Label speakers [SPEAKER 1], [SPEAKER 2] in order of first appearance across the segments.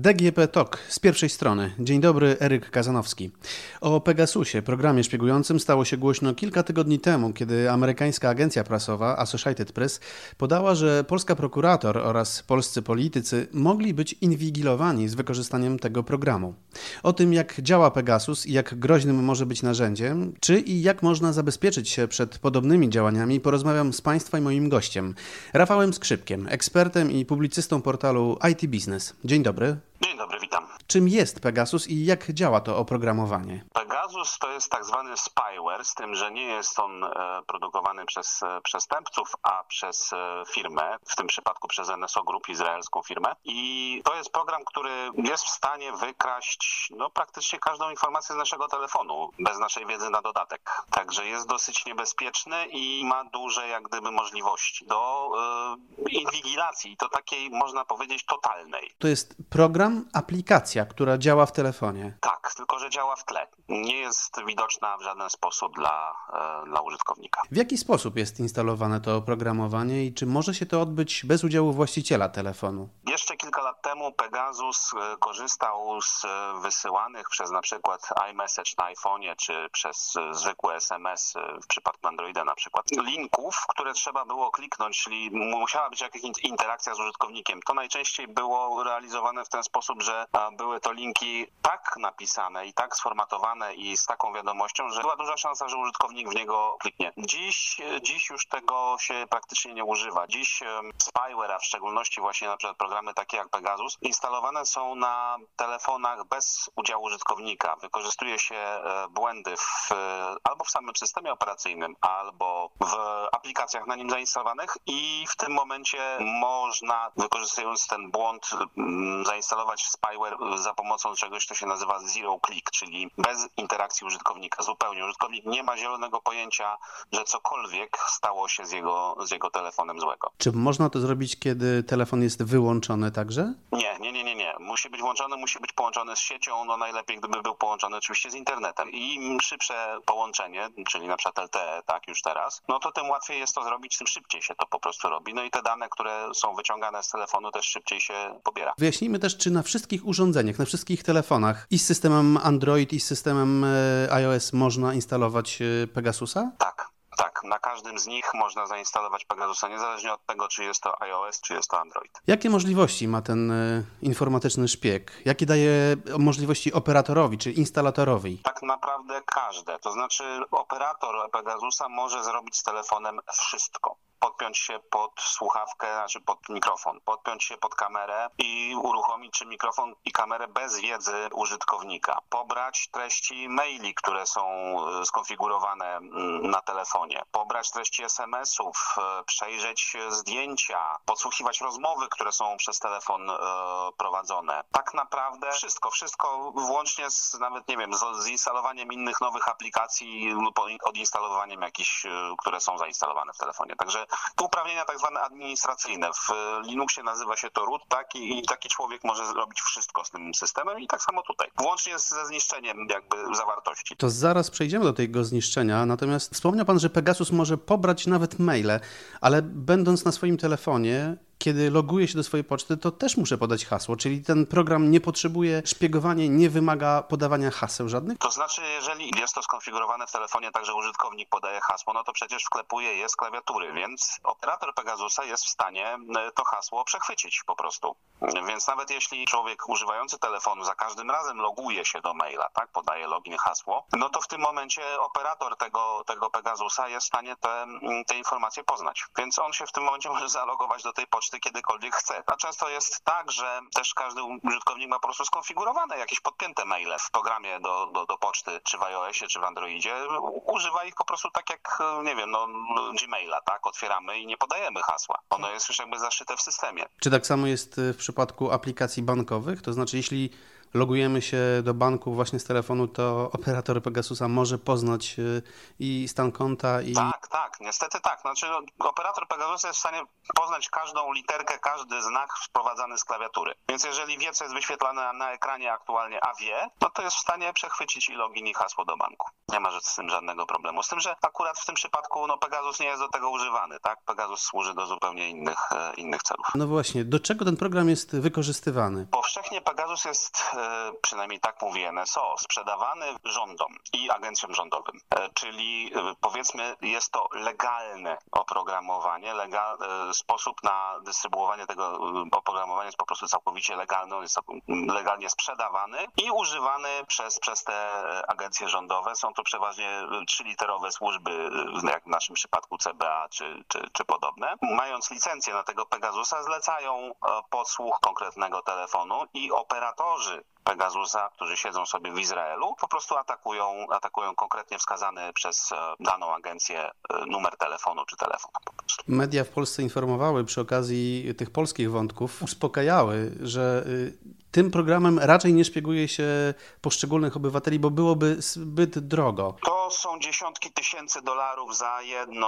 [SPEAKER 1] DGP Talk z pierwszej strony. Dzień dobry, Eryk Kazanowski. O Pegasusie, programie szpiegującym, stało się głośno kilka tygodni temu, kiedy amerykańska agencja prasowa Associated Press podała, że polska prokurator oraz polscy politycy mogli być inwigilowani z wykorzystaniem tego programu. O tym, jak działa Pegasus i jak groźnym może być narzędziem, czy i jak można zabezpieczyć się przed podobnymi działaniami, porozmawiam z Państwa i moim gościem, Rafałem Skrzypkiem, ekspertem i publicystą portalu IT Business. Dzień dobry.
[SPEAKER 2] Dzień dobry, witam.
[SPEAKER 1] Czym jest Pegasus i jak działa to oprogramowanie?
[SPEAKER 2] Pegasus to jest tak zwany spyware, z tym, że nie jest on produkowany przez przestępców, a przez firmę, w tym przypadku przez NSO Group, izraelską firmę. I to jest program, który jest w stanie wykraść praktycznie każdą informację z naszego telefonu, bez naszej wiedzy na dodatek. Także jest dosyć niebezpieczny i ma duże jak gdyby możliwości do inwigilacji, i to takiej, można powiedzieć, totalnej.
[SPEAKER 1] To jest program, aplikacja, która działa w telefonie.
[SPEAKER 2] Tak, tylko że działa w tle. Nie jest widoczna w żaden sposób dla użytkownika.
[SPEAKER 1] W jaki sposób jest instalowane to oprogramowanie i czy może się to odbyć bez udziału właściciela telefonu?
[SPEAKER 2] Jeszcze kilka lat temu Pegasus korzystał z wysyłanych przez na przykład iMessage na iPhone'ie, czy przez zwykły SMS w przypadku Androida na przykład, linków, które trzeba było kliknąć, czyli musiała być jakaś interakcja z użytkownikiem. To najczęściej było realizowane w ten sposób, że były to linki tak napisane i tak sformatowane i z taką wiadomością, że była duża szansa, że użytkownik w niego kliknie. Dziś już tego się praktycznie nie używa. Dziś spyware, a w szczególności właśnie na przykład programy takie jak Pegasus, instalowane są na telefonach bez udziału użytkownika. Wykorzystuje się błędy albo w samym systemie operacyjnym, albo w aplikacjach na nim zainstalowanych i w tym momencie można, wykorzystując ten błąd, zainstalować spyware za pomocą czegoś, co się nazywa zero click, czyli bez interakcji użytkownika zupełnie. Użytkownik nie ma zielonego pojęcia, że cokolwiek stało się z jego telefonem złego.
[SPEAKER 1] Czy można to zrobić, kiedy telefon jest wyłączony także?
[SPEAKER 2] Nie. Musi być włączony, musi być połączony z siecią, najlepiej gdyby był połączony oczywiście z internetem. I im szybsze połączenie, czyli na przykład LTE, tak już teraz, to tym łatwiej jest to zrobić, tym szybciej się to po prostu robi. I te dane, które są wyciągane z telefonu, też szybciej się pobiera.
[SPEAKER 1] Wyjaśnijmy też, czy na wszystkich urządzeniach, na wszystkich telefonach i z systemem Android, i z systemem iOS można instalować Pegasusa?
[SPEAKER 2] Tak, na każdym z nich można zainstalować Pegasusa, niezależnie od tego, czy jest to iOS, czy jest to Android.
[SPEAKER 1] Jakie możliwości ma ten informatyczny szpieg? Jakie daje możliwości operatorowi czy instalatorowi?
[SPEAKER 2] Tak naprawdę każde. To znaczy operator Pegasusa może zrobić z telefonem wszystko. Podpiąć się pod słuchawkę, pod mikrofon, podpiąć się pod kamerę i uruchomić czy mikrofon i kamerę bez wiedzy użytkownika. Pobrać treści maili, które są skonfigurowane na telefonie. Pobrać treści SMS-ów, przejrzeć zdjęcia, podsłuchiwać rozmowy, które są przez telefon prowadzone. Tak naprawdę wszystko włącznie z nawet, z instalowaniem innych nowych aplikacji lub odinstalowaniem jakichś, które są zainstalowane w telefonie. Także uprawnienia tak zwane administracyjne. W Linuxie nazywa się to root, tak? I taki człowiek może zrobić wszystko z tym systemem i tak samo tutaj. Włącznie ze zniszczeniem jakby zawartości.
[SPEAKER 1] To zaraz przejdziemy do tego zniszczenia, natomiast wspomniał Pan, że Pegasus może pobrać nawet maile, ale będąc na swoim telefonie, kiedy loguję się do swojej poczty, to też muszę podać hasło, czyli ten program nie potrzebuje szpiegowania, nie wymaga podawania haseł żadnych?
[SPEAKER 2] To znaczy, jeżeli jest to skonfigurowane w telefonie tak, że użytkownik podaje hasło, to przecież wklepuje je z klawiatury, więc operator Pegasusa jest w stanie to hasło przechwycić po prostu. Więc nawet jeśli człowiek używający telefonu za każdym razem loguje się do maila, tak, podaje login, hasło, to w tym momencie operator tego Pegasusa jest w stanie te informacje poznać. Więc on się w tym momencie może zalogować do tej poczty kiedykolwiek chce. A często jest tak, że też każdy użytkownik ma po prostu skonfigurowane jakieś podpięte maile w programie do poczty, czy w iOSie, czy w Androidzie. Używa ich po prostu tak jak, Gmaila, tak? Otwieramy i nie podajemy hasła. Ono jest już jakby zaszyte w systemie.
[SPEAKER 1] Czy tak samo jest w przypadku aplikacji bankowych? To znaczy, jeśli logujemy się do banku właśnie z telefonu, to operator Pegasusa może poznać i stan konta i...
[SPEAKER 2] Tak, niestety tak. Znaczy operator Pegasusa jest w stanie poznać każdą literkę, każdy znak wprowadzany z klawiatury. Więc jeżeli wie, co jest wyświetlane na ekranie aktualnie, a wie, no to jest w stanie przechwycić i login i hasło do banku. Nie ma z tym żadnego problemu. Z tym, że akurat w tym przypadku Pegasus nie jest do tego używany, tak? Pegasus służy do zupełnie innych celów.
[SPEAKER 1] No właśnie, do czego ten program jest wykorzystywany?
[SPEAKER 2] Powszechnie Pegasus jest, przynajmniej tak mówi NSO, sprzedawany rządom i agencjom rządowym. Czyli powiedzmy jest to legalne oprogramowanie, sposób na dystrybuowanie tego oprogramowania jest po prostu całkowicie legalny, on jest legalnie sprzedawany i używany przez te agencje rządowe. Są to przeważnie 3-literowe służby, jak w naszym przypadku CBA czy podobne. Mając licencję na tego Pegasusa, zlecają podsłuch konkretnego telefonu i operatorzy Pegasusa, którzy siedzą sobie w Izraelu, po prostu atakują konkretnie wskazany przez daną agencję numer telefonu czy telefon.
[SPEAKER 1] Media w Polsce informowały przy okazji tych polskich wątków, uspokajały, że tym programem raczej nie szpieguje się poszczególnych obywateli, bo byłoby zbyt drogo.
[SPEAKER 2] To są dziesiątki tysięcy dolarów za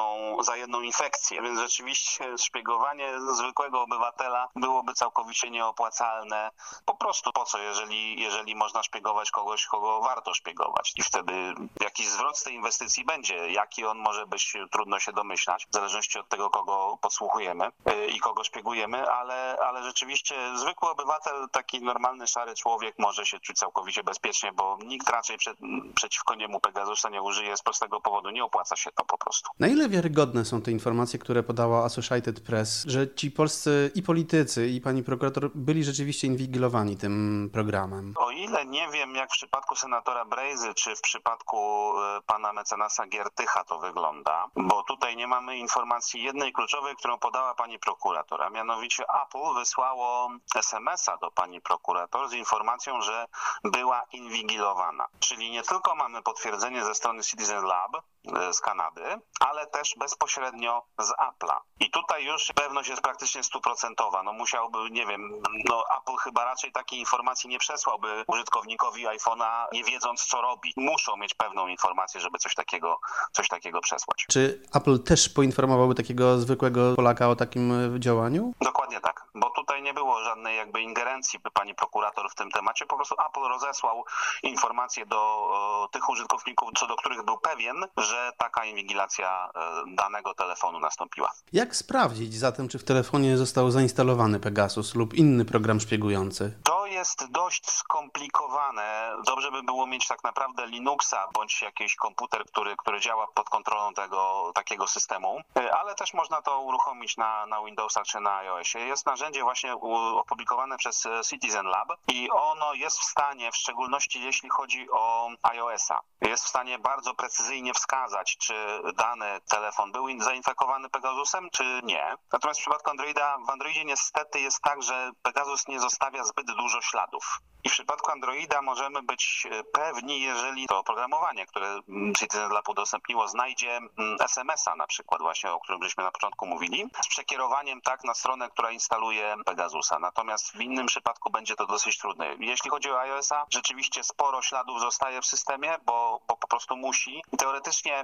[SPEAKER 2] jedną infekcję, więc rzeczywiście szpiegowanie zwykłego obywatela byłoby całkowicie nieopłacalne. Po prostu po co, jeżeli można szpiegować kogoś, kogo warto szpiegować. I wtedy jakiś zwrot z tej inwestycji będzie. Jaki on może być, trudno się domyślać, w zależności od tego, kogo podsłuchujemy i kogo szpiegujemy, ale rzeczywiście zwykły obywatel, taki normalny, szary człowiek może się czuć całkowicie bezpiecznie, bo nikt raczej przeciwko niemu Pegasusa nie użyje z prostego powodu. Nie opłaca się to po prostu.
[SPEAKER 1] Na ile wiarygodne są te informacje, które podała Associated Press, że ci polscy i politycy, i pani prokurator byli rzeczywiście inwigilowani tym programem?
[SPEAKER 2] O ile nie wiem, jak w przypadku senatora Brejzy, czy w przypadku pana mecenasa Giertycha to wygląda, bo tutaj nie mamy informacji jednej kluczowej, którą podała pani prokurator, a mianowicie Apple wysłało SMS-a do pani prokurator z informacją, że była inwigilowana. Czyli nie tylko mamy potwierdzenie ze strony Citizen Lab z Kanady, ale też bezpośrednio z Apple'a. I tutaj już pewność jest praktycznie 100%. No musiałby, nie wiem, Apple chyba raczej takiej informacji nie przesłałby użytkownikowi iPhone'a, nie wiedząc, co robi. Muszą mieć pewną informację, żeby coś takiego przesłać.
[SPEAKER 1] Czy Apple też poinformowałby takiego zwykłego Polaka o takim działaniu?
[SPEAKER 2] Dokładnie tak, bo tutaj nie było żadnej jakby ingerencji pani prokurator w tym temacie. Po prostu Apple rozesłał informacje do tych użytkowników, co do których był pewien, że taka inwigilacja danego telefonu nastąpiła.
[SPEAKER 1] Jak sprawdzić zatem, czy w telefonie został zainstalowany Pegasus lub inny program szpiegujący?
[SPEAKER 2] To jest dość skomplikowane. Dobrze by było mieć tak naprawdę Linuxa bądź jakiś komputer, który działa pod kontrolą takiego systemu, ale też można to uruchomić na Windowsach czy na iOSie. Jest narzędzie właśnie opublikowane przez Citizen Lab i ono jest w stanie, w szczególności jeśli chodzi o iOS-a, jest w stanie bardzo precyzyjnie wskazać, czy dany telefon był zainfekowany Pegasusem, czy nie. Natomiast w przypadku Androida, w Androidzie niestety jest tak, że Pegasus nie zostawia zbyt dużo śladów. I w przypadku Androida możemy być pewni, jeżeli to oprogramowanie, które Citizen Lab udostępniło, znajdzie SMS-a na przykład właśnie, o którym żeśmy na początku mówili, z przekierowaniem na stronę, która instaluje Pegasusa. Natomiast w innym przypadku będzie to dosyć trudne. Jeśli chodzi o iOS-a, rzeczywiście sporo śladów zostaje w systemie, bo po prostu musi. Teoretycznie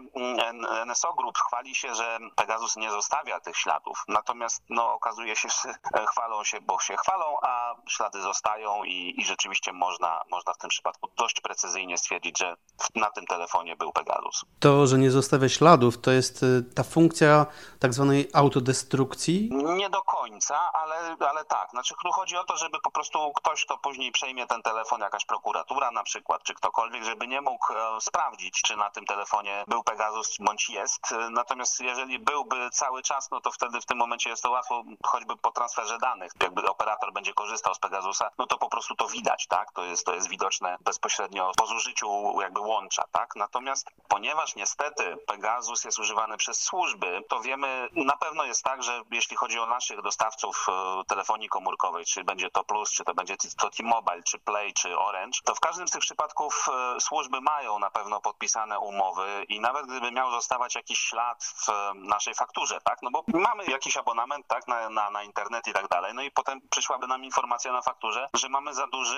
[SPEAKER 2] NSO Group chwali się, że Pegasus nie zostawia tych śladów. Natomiast okazuje się, że chwalą się, bo się chwalą, a ślady zostają i rzeczywiście można w tym przypadku dość precyzyjnie stwierdzić, że na tym telefonie był Pegasus.
[SPEAKER 1] To, że nie zostawia śladów, to jest ta funkcja tak zwanej autodestrukcji?
[SPEAKER 2] Nie do końca, ale tak. Znaczy chodzi o to, żeby po prostu ktoś, kto później przejmie ten telefon, jakaś prokuratura na przykład, czy ktokolwiek, żeby nie mógł sprawdzić, czy na tym telefonie był Pegasus bądź jest. Natomiast jeżeli byłby cały czas, to wtedy w tym momencie jest to łatwo, choćby po transferze danych. Jakby operator będzie korzystał z Pegasusa, to po prostu to widać, tak? To jest widoczne bezpośrednio po zużyciu jakby łącza, tak? Natomiast ponieważ niestety Pegasus jest używany przez służby, to wiemy, na pewno jest tak, że jeśli chodzi o naszych dostawców telefonii komórkowej, czy będzie to Plus, czy to będzie to T-Mobile, czy Play, czy Orange, to w każdym z tych przypadków służby mają na pewno podpisane umowy i nawet gdyby miał zostawać jakiś ślad w naszej fakturze, tak? Bo mamy jakiś abonament, tak? Na internet i tak dalej, i potem przyszłaby nam informacja na fakturze, że mamy za duży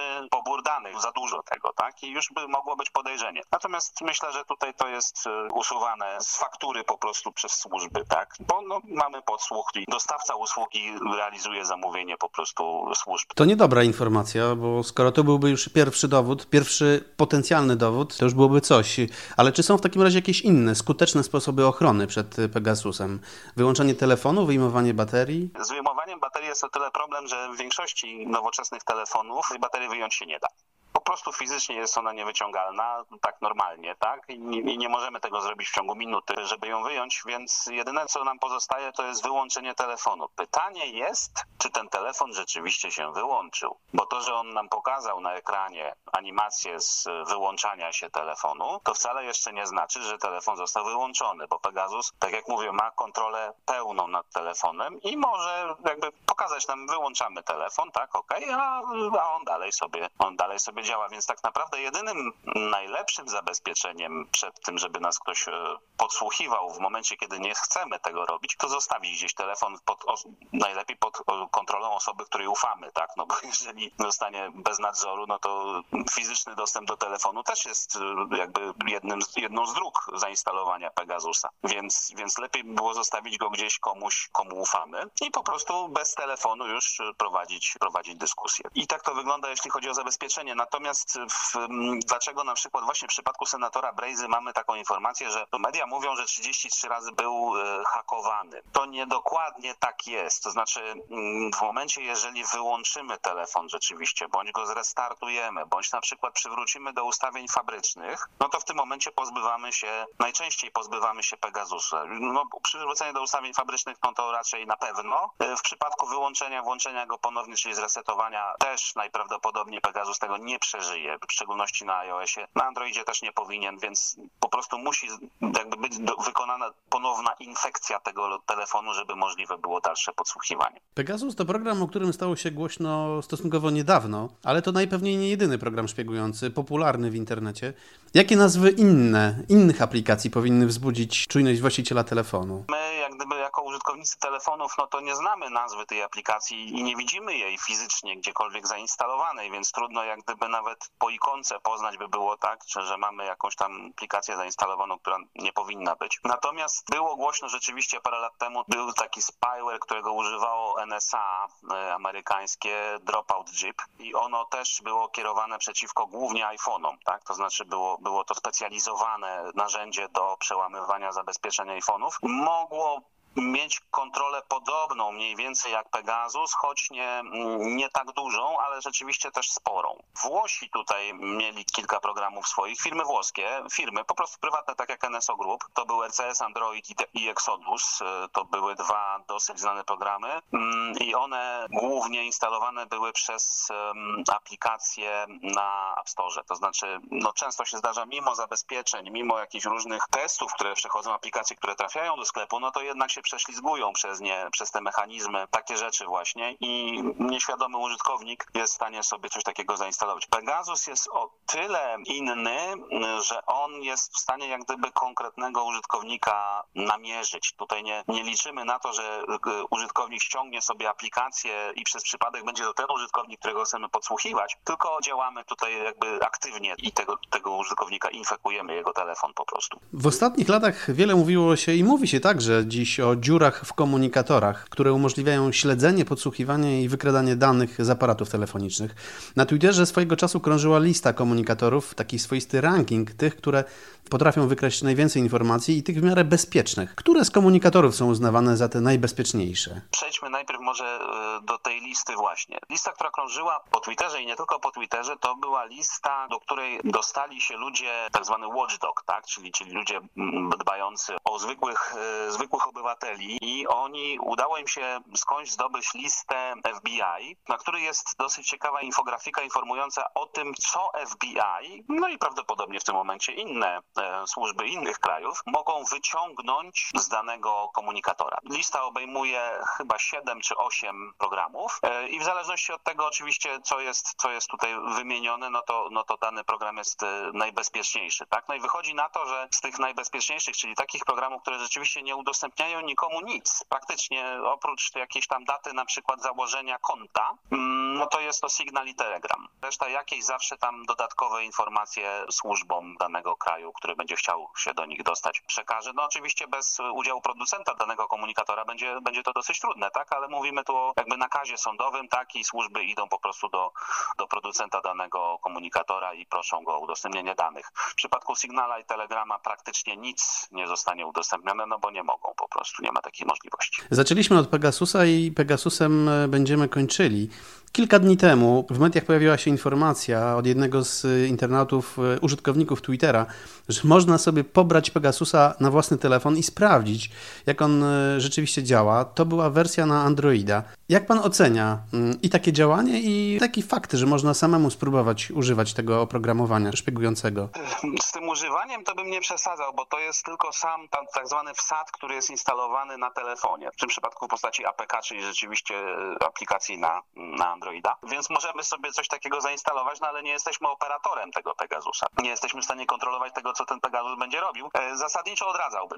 [SPEAKER 2] mamy pobór danych, za dużo tego, tak? I już by mogło być podejrzenie. Natomiast myślę, że tutaj to jest usuwane z faktury po prostu przez służby, tak? Bo mamy podsłuch i dostawca usługi realizuje zamówienie po prostu służb.
[SPEAKER 1] To niedobra informacja, bo skoro to byłby już pierwszy dowód, pierwszy potencjalny dowód, to już byłoby coś. Ale czy są w takim razie jakieś inne, skuteczne sposoby ochrony przed Pegasusem? Wyłączanie telefonu, wyjmowanie baterii?
[SPEAKER 2] Z wyjmowaniem baterii jest o tyle problem, że w większości nowoczesnych telefonów tej baterii wyjąć się nie da. Po prostu fizycznie jest ona niewyciągalna, tak normalnie, tak? I nie możemy tego zrobić w ciągu minuty, żeby ją wyjąć, więc jedyne, co nam pozostaje, to jest wyłączenie telefonu. Pytanie jest, czy ten telefon rzeczywiście się wyłączył. Bo to, że on nam pokazał na ekranie animację z wyłączania się telefonu, to wcale jeszcze nie znaczy, że telefon został wyłączony, bo Pegasus, tak jak mówię, ma kontrolę pełną nad telefonem i może jakby pokazać nam, wyłączamy telefon, tak, okej, a on dalej sobie działa, więc tak naprawdę jedynym najlepszym zabezpieczeniem przed tym, żeby nas ktoś podsłuchiwał w momencie, kiedy nie chcemy tego robić, to zostawić gdzieś telefon najlepiej pod kontrolą osoby, której ufamy, tak, no bo jeżeli zostanie bez nadzoru, no to fizyczny dostęp do telefonu też jest jakby jedną z dróg zainstalowania Pegasusa, więc lepiej było zostawić go gdzieś komuś, komu ufamy i po prostu bez telefonu już prowadzić dyskusję. I tak to wygląda, jeśli chodzi o zabezpieczenie. Natomiast dlaczego na przykład właśnie w przypadku senatora Brejzy mamy taką informację, że media mówią, że 33 razy był hakowany. To niedokładnie tak jest. To znaczy w momencie, jeżeli wyłączymy telefon rzeczywiście, bądź go zrestartujemy, bądź na przykład przywrócimy do ustawień fabrycznych, no to w tym momencie najczęściej pozbywamy się Pegasusa. No, przywrócenie do ustawień fabrycznych, no to raczej na pewno. W przypadku włączenia go ponownie, czyli zresetowania, też najprawdopodobniej Pegasus tego nie przeżyje, w szczególności na iOSie. Na Androidzie też nie powinien, więc po prostu musi jakby być wykonana ponowna infekcja tego telefonu, żeby możliwe było dalsze podsłuchiwanie.
[SPEAKER 1] Pegasus to program, o którym stało się głośno stosunkowo niedawno, ale to najpewniej nie jedyny program szpiegujący, popularny w internecie. Jakie nazwy innych aplikacji powinny wzbudzić czujność właściciela telefonu?
[SPEAKER 2] My jako użytkownicy telefonów, no to nie znamy nazwy tej aplikacji i nie widzimy jej fizycznie gdziekolwiek zainstalowanej, więc trudno jak gdyby nawet po ikonce poznać by było, tak, że mamy jakąś tam aplikację zainstalowaną, która nie powinna być. Natomiast było głośno rzeczywiście parę lat temu, był taki spyware, którego używało NSA amerykańskie, Dropout JIP, i ono też było kierowane przeciwko głównie iPhone'om, tak, to znaczy było to specjalizowane narzędzie do przełamywania zabezpieczeń iPhone'ów. Mogło mieć kontrolę podobną mniej więcej jak Pegasus, choć nie tak dużą, ale rzeczywiście też sporą. Włosi tutaj mieli kilka programów swoich, firmy po prostu prywatne, tak jak NSO Group. To był RCS Android i Exodus. To były dwa dosyć znane programy i one głównie instalowane były przez aplikacje na App Store. To znaczy, no często się zdarza, mimo zabezpieczeń, mimo jakichś różnych testów, które przechodzą, aplikacje, które trafiają do sklepu, no to jednak się prześlizgują przez te mechanizmy, takie rzeczy właśnie, i nieświadomy użytkownik jest w stanie sobie coś takiego zainstalować. Pegasus jest o tyle inny, że on jest w stanie jak gdyby konkretnego użytkownika namierzyć. Tutaj nie liczymy na to, że użytkownik ściągnie sobie aplikację i przez przypadek będzie to ten użytkownik, którego chcemy podsłuchiwać, tylko działamy tutaj jakby aktywnie i tego użytkownika infekujemy, jego telefon po prostu.
[SPEAKER 1] W ostatnich latach wiele mówiło się i mówi się także dziś o dziurach w komunikatorach, które umożliwiają śledzenie, podsłuchiwanie i wykradanie danych z aparatów telefonicznych. Na Twitterze swojego czasu krążyła lista komunikatorów, taki swoisty ranking tych, które potrafią wykraść najwięcej informacji i tych w miarę bezpiecznych. Które z komunikatorów są uznawane za te najbezpieczniejsze?
[SPEAKER 2] Przejdźmy najpierw może do tej listy właśnie. Lista, która krążyła po Twitterze i nie tylko po Twitterze, to była lista, do której dostali się ludzie, tak zwany watchdog, tak? Czyli ludzie dbający o zwykłych obywateli, i udało im się skądś zdobyć listę FBI, na której jest dosyć ciekawa infografika informująca o tym, co FBI FBI, no i prawdopodobnie w tym momencie inne służby innych krajów mogą wyciągnąć z danego komunikatora. Lista obejmuje chyba 7 czy 8 programów i w zależności od tego oczywiście, co jest tutaj wymienione, no to dany program jest najbezpieczniejszy, tak? No i wychodzi na to, że z tych najbezpieczniejszych, czyli takich programów, które rzeczywiście nie udostępniają nikomu nic, praktycznie oprócz jakiejś tam daty na przykład założenia konta, no to jest to Signal i Telegram. Reszta jakieś zawsze tam dodatkowe informacje służbom danego kraju, który będzie chciał się do nich dostać, przekaże. No oczywiście bez udziału producenta danego komunikatora będzie to dosyć trudne, tak? Ale mówimy tu o jakby nakazie sądowym, tak? I służby idą po prostu do producenta danego komunikatora i proszą go o udostępnienie danych. W przypadku Signala i Telegrama praktycznie nic nie zostanie udostępnione, no bo nie mogą po prostu, nie ma takiej możliwości.
[SPEAKER 1] Zaczęliśmy od Pegasusa i Pegasusem będziemy kończyli. Kilka dni temu w mediach pojawiła się informacja od jednego z internautów, użytkowników Twittera, że można sobie pobrać Pegasusa na własny telefon i sprawdzić, jak on rzeczywiście działa. To była wersja na Androida. Jak pan ocenia i takie działanie, i taki fakt, że można samemu spróbować używać tego oprogramowania szpiegującego?
[SPEAKER 2] Z tym używaniem to bym nie przesadzał, bo to jest tylko sam tak zwany wsad, który jest instalowany na telefonie. W tym przypadku w postaci APK, czyli rzeczywiście aplikacji na Androida. Więc możemy sobie coś takiego zainstalować, no ale nie jesteśmy operatorem tego Pegasusa. Nie jesteśmy w stanie kontrolować tego, co ten Pegasus będzie robił. Zasadniczo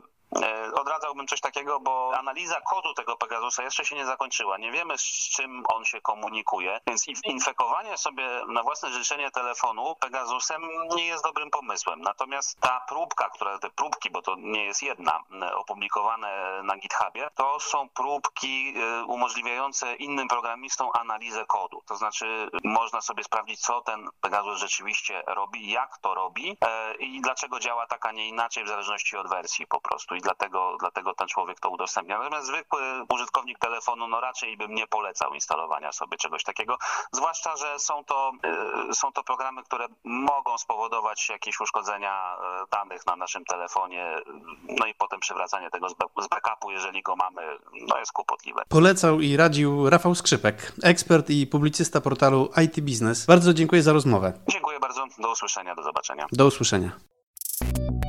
[SPEAKER 2] odradzałbym coś takiego, bo analiza kodu tego Pegasusa jeszcze się nie zakończyła. Nie wiemy, z czym on się komunikuje, więc infekowanie sobie na własne życzenie telefonu Pegasusem nie jest dobrym pomysłem. Natomiast te próbki, bo to nie jest jedna, opublikowane na GitHubie, to są próbki umożliwiające innym programistom analizę kodu. To znaczy można sobie sprawdzić, co ten Pegasus rzeczywiście robi, jak to robi i dlaczego działa tak, a nie inaczej w zależności od wersji po prostu. I dlatego ten człowiek to udostępnia. Natomiast zwykły użytkownik telefonu, no raczej bym nie polecał instalowania sobie czegoś takiego. Zwłaszcza, że są to programy, które mogą spowodować jakieś uszkodzenia danych na naszym telefonie, no i potem przywracanie tego z backupu, jeżeli go mamy, no jest kłopotliwe.
[SPEAKER 1] Polecał i radził Rafał Skrzypek, ekspert i publicysta portalu IT Business. Bardzo dziękuję za rozmowę.
[SPEAKER 2] Dziękuję bardzo. Do usłyszenia, do zobaczenia.
[SPEAKER 1] Do usłyszenia.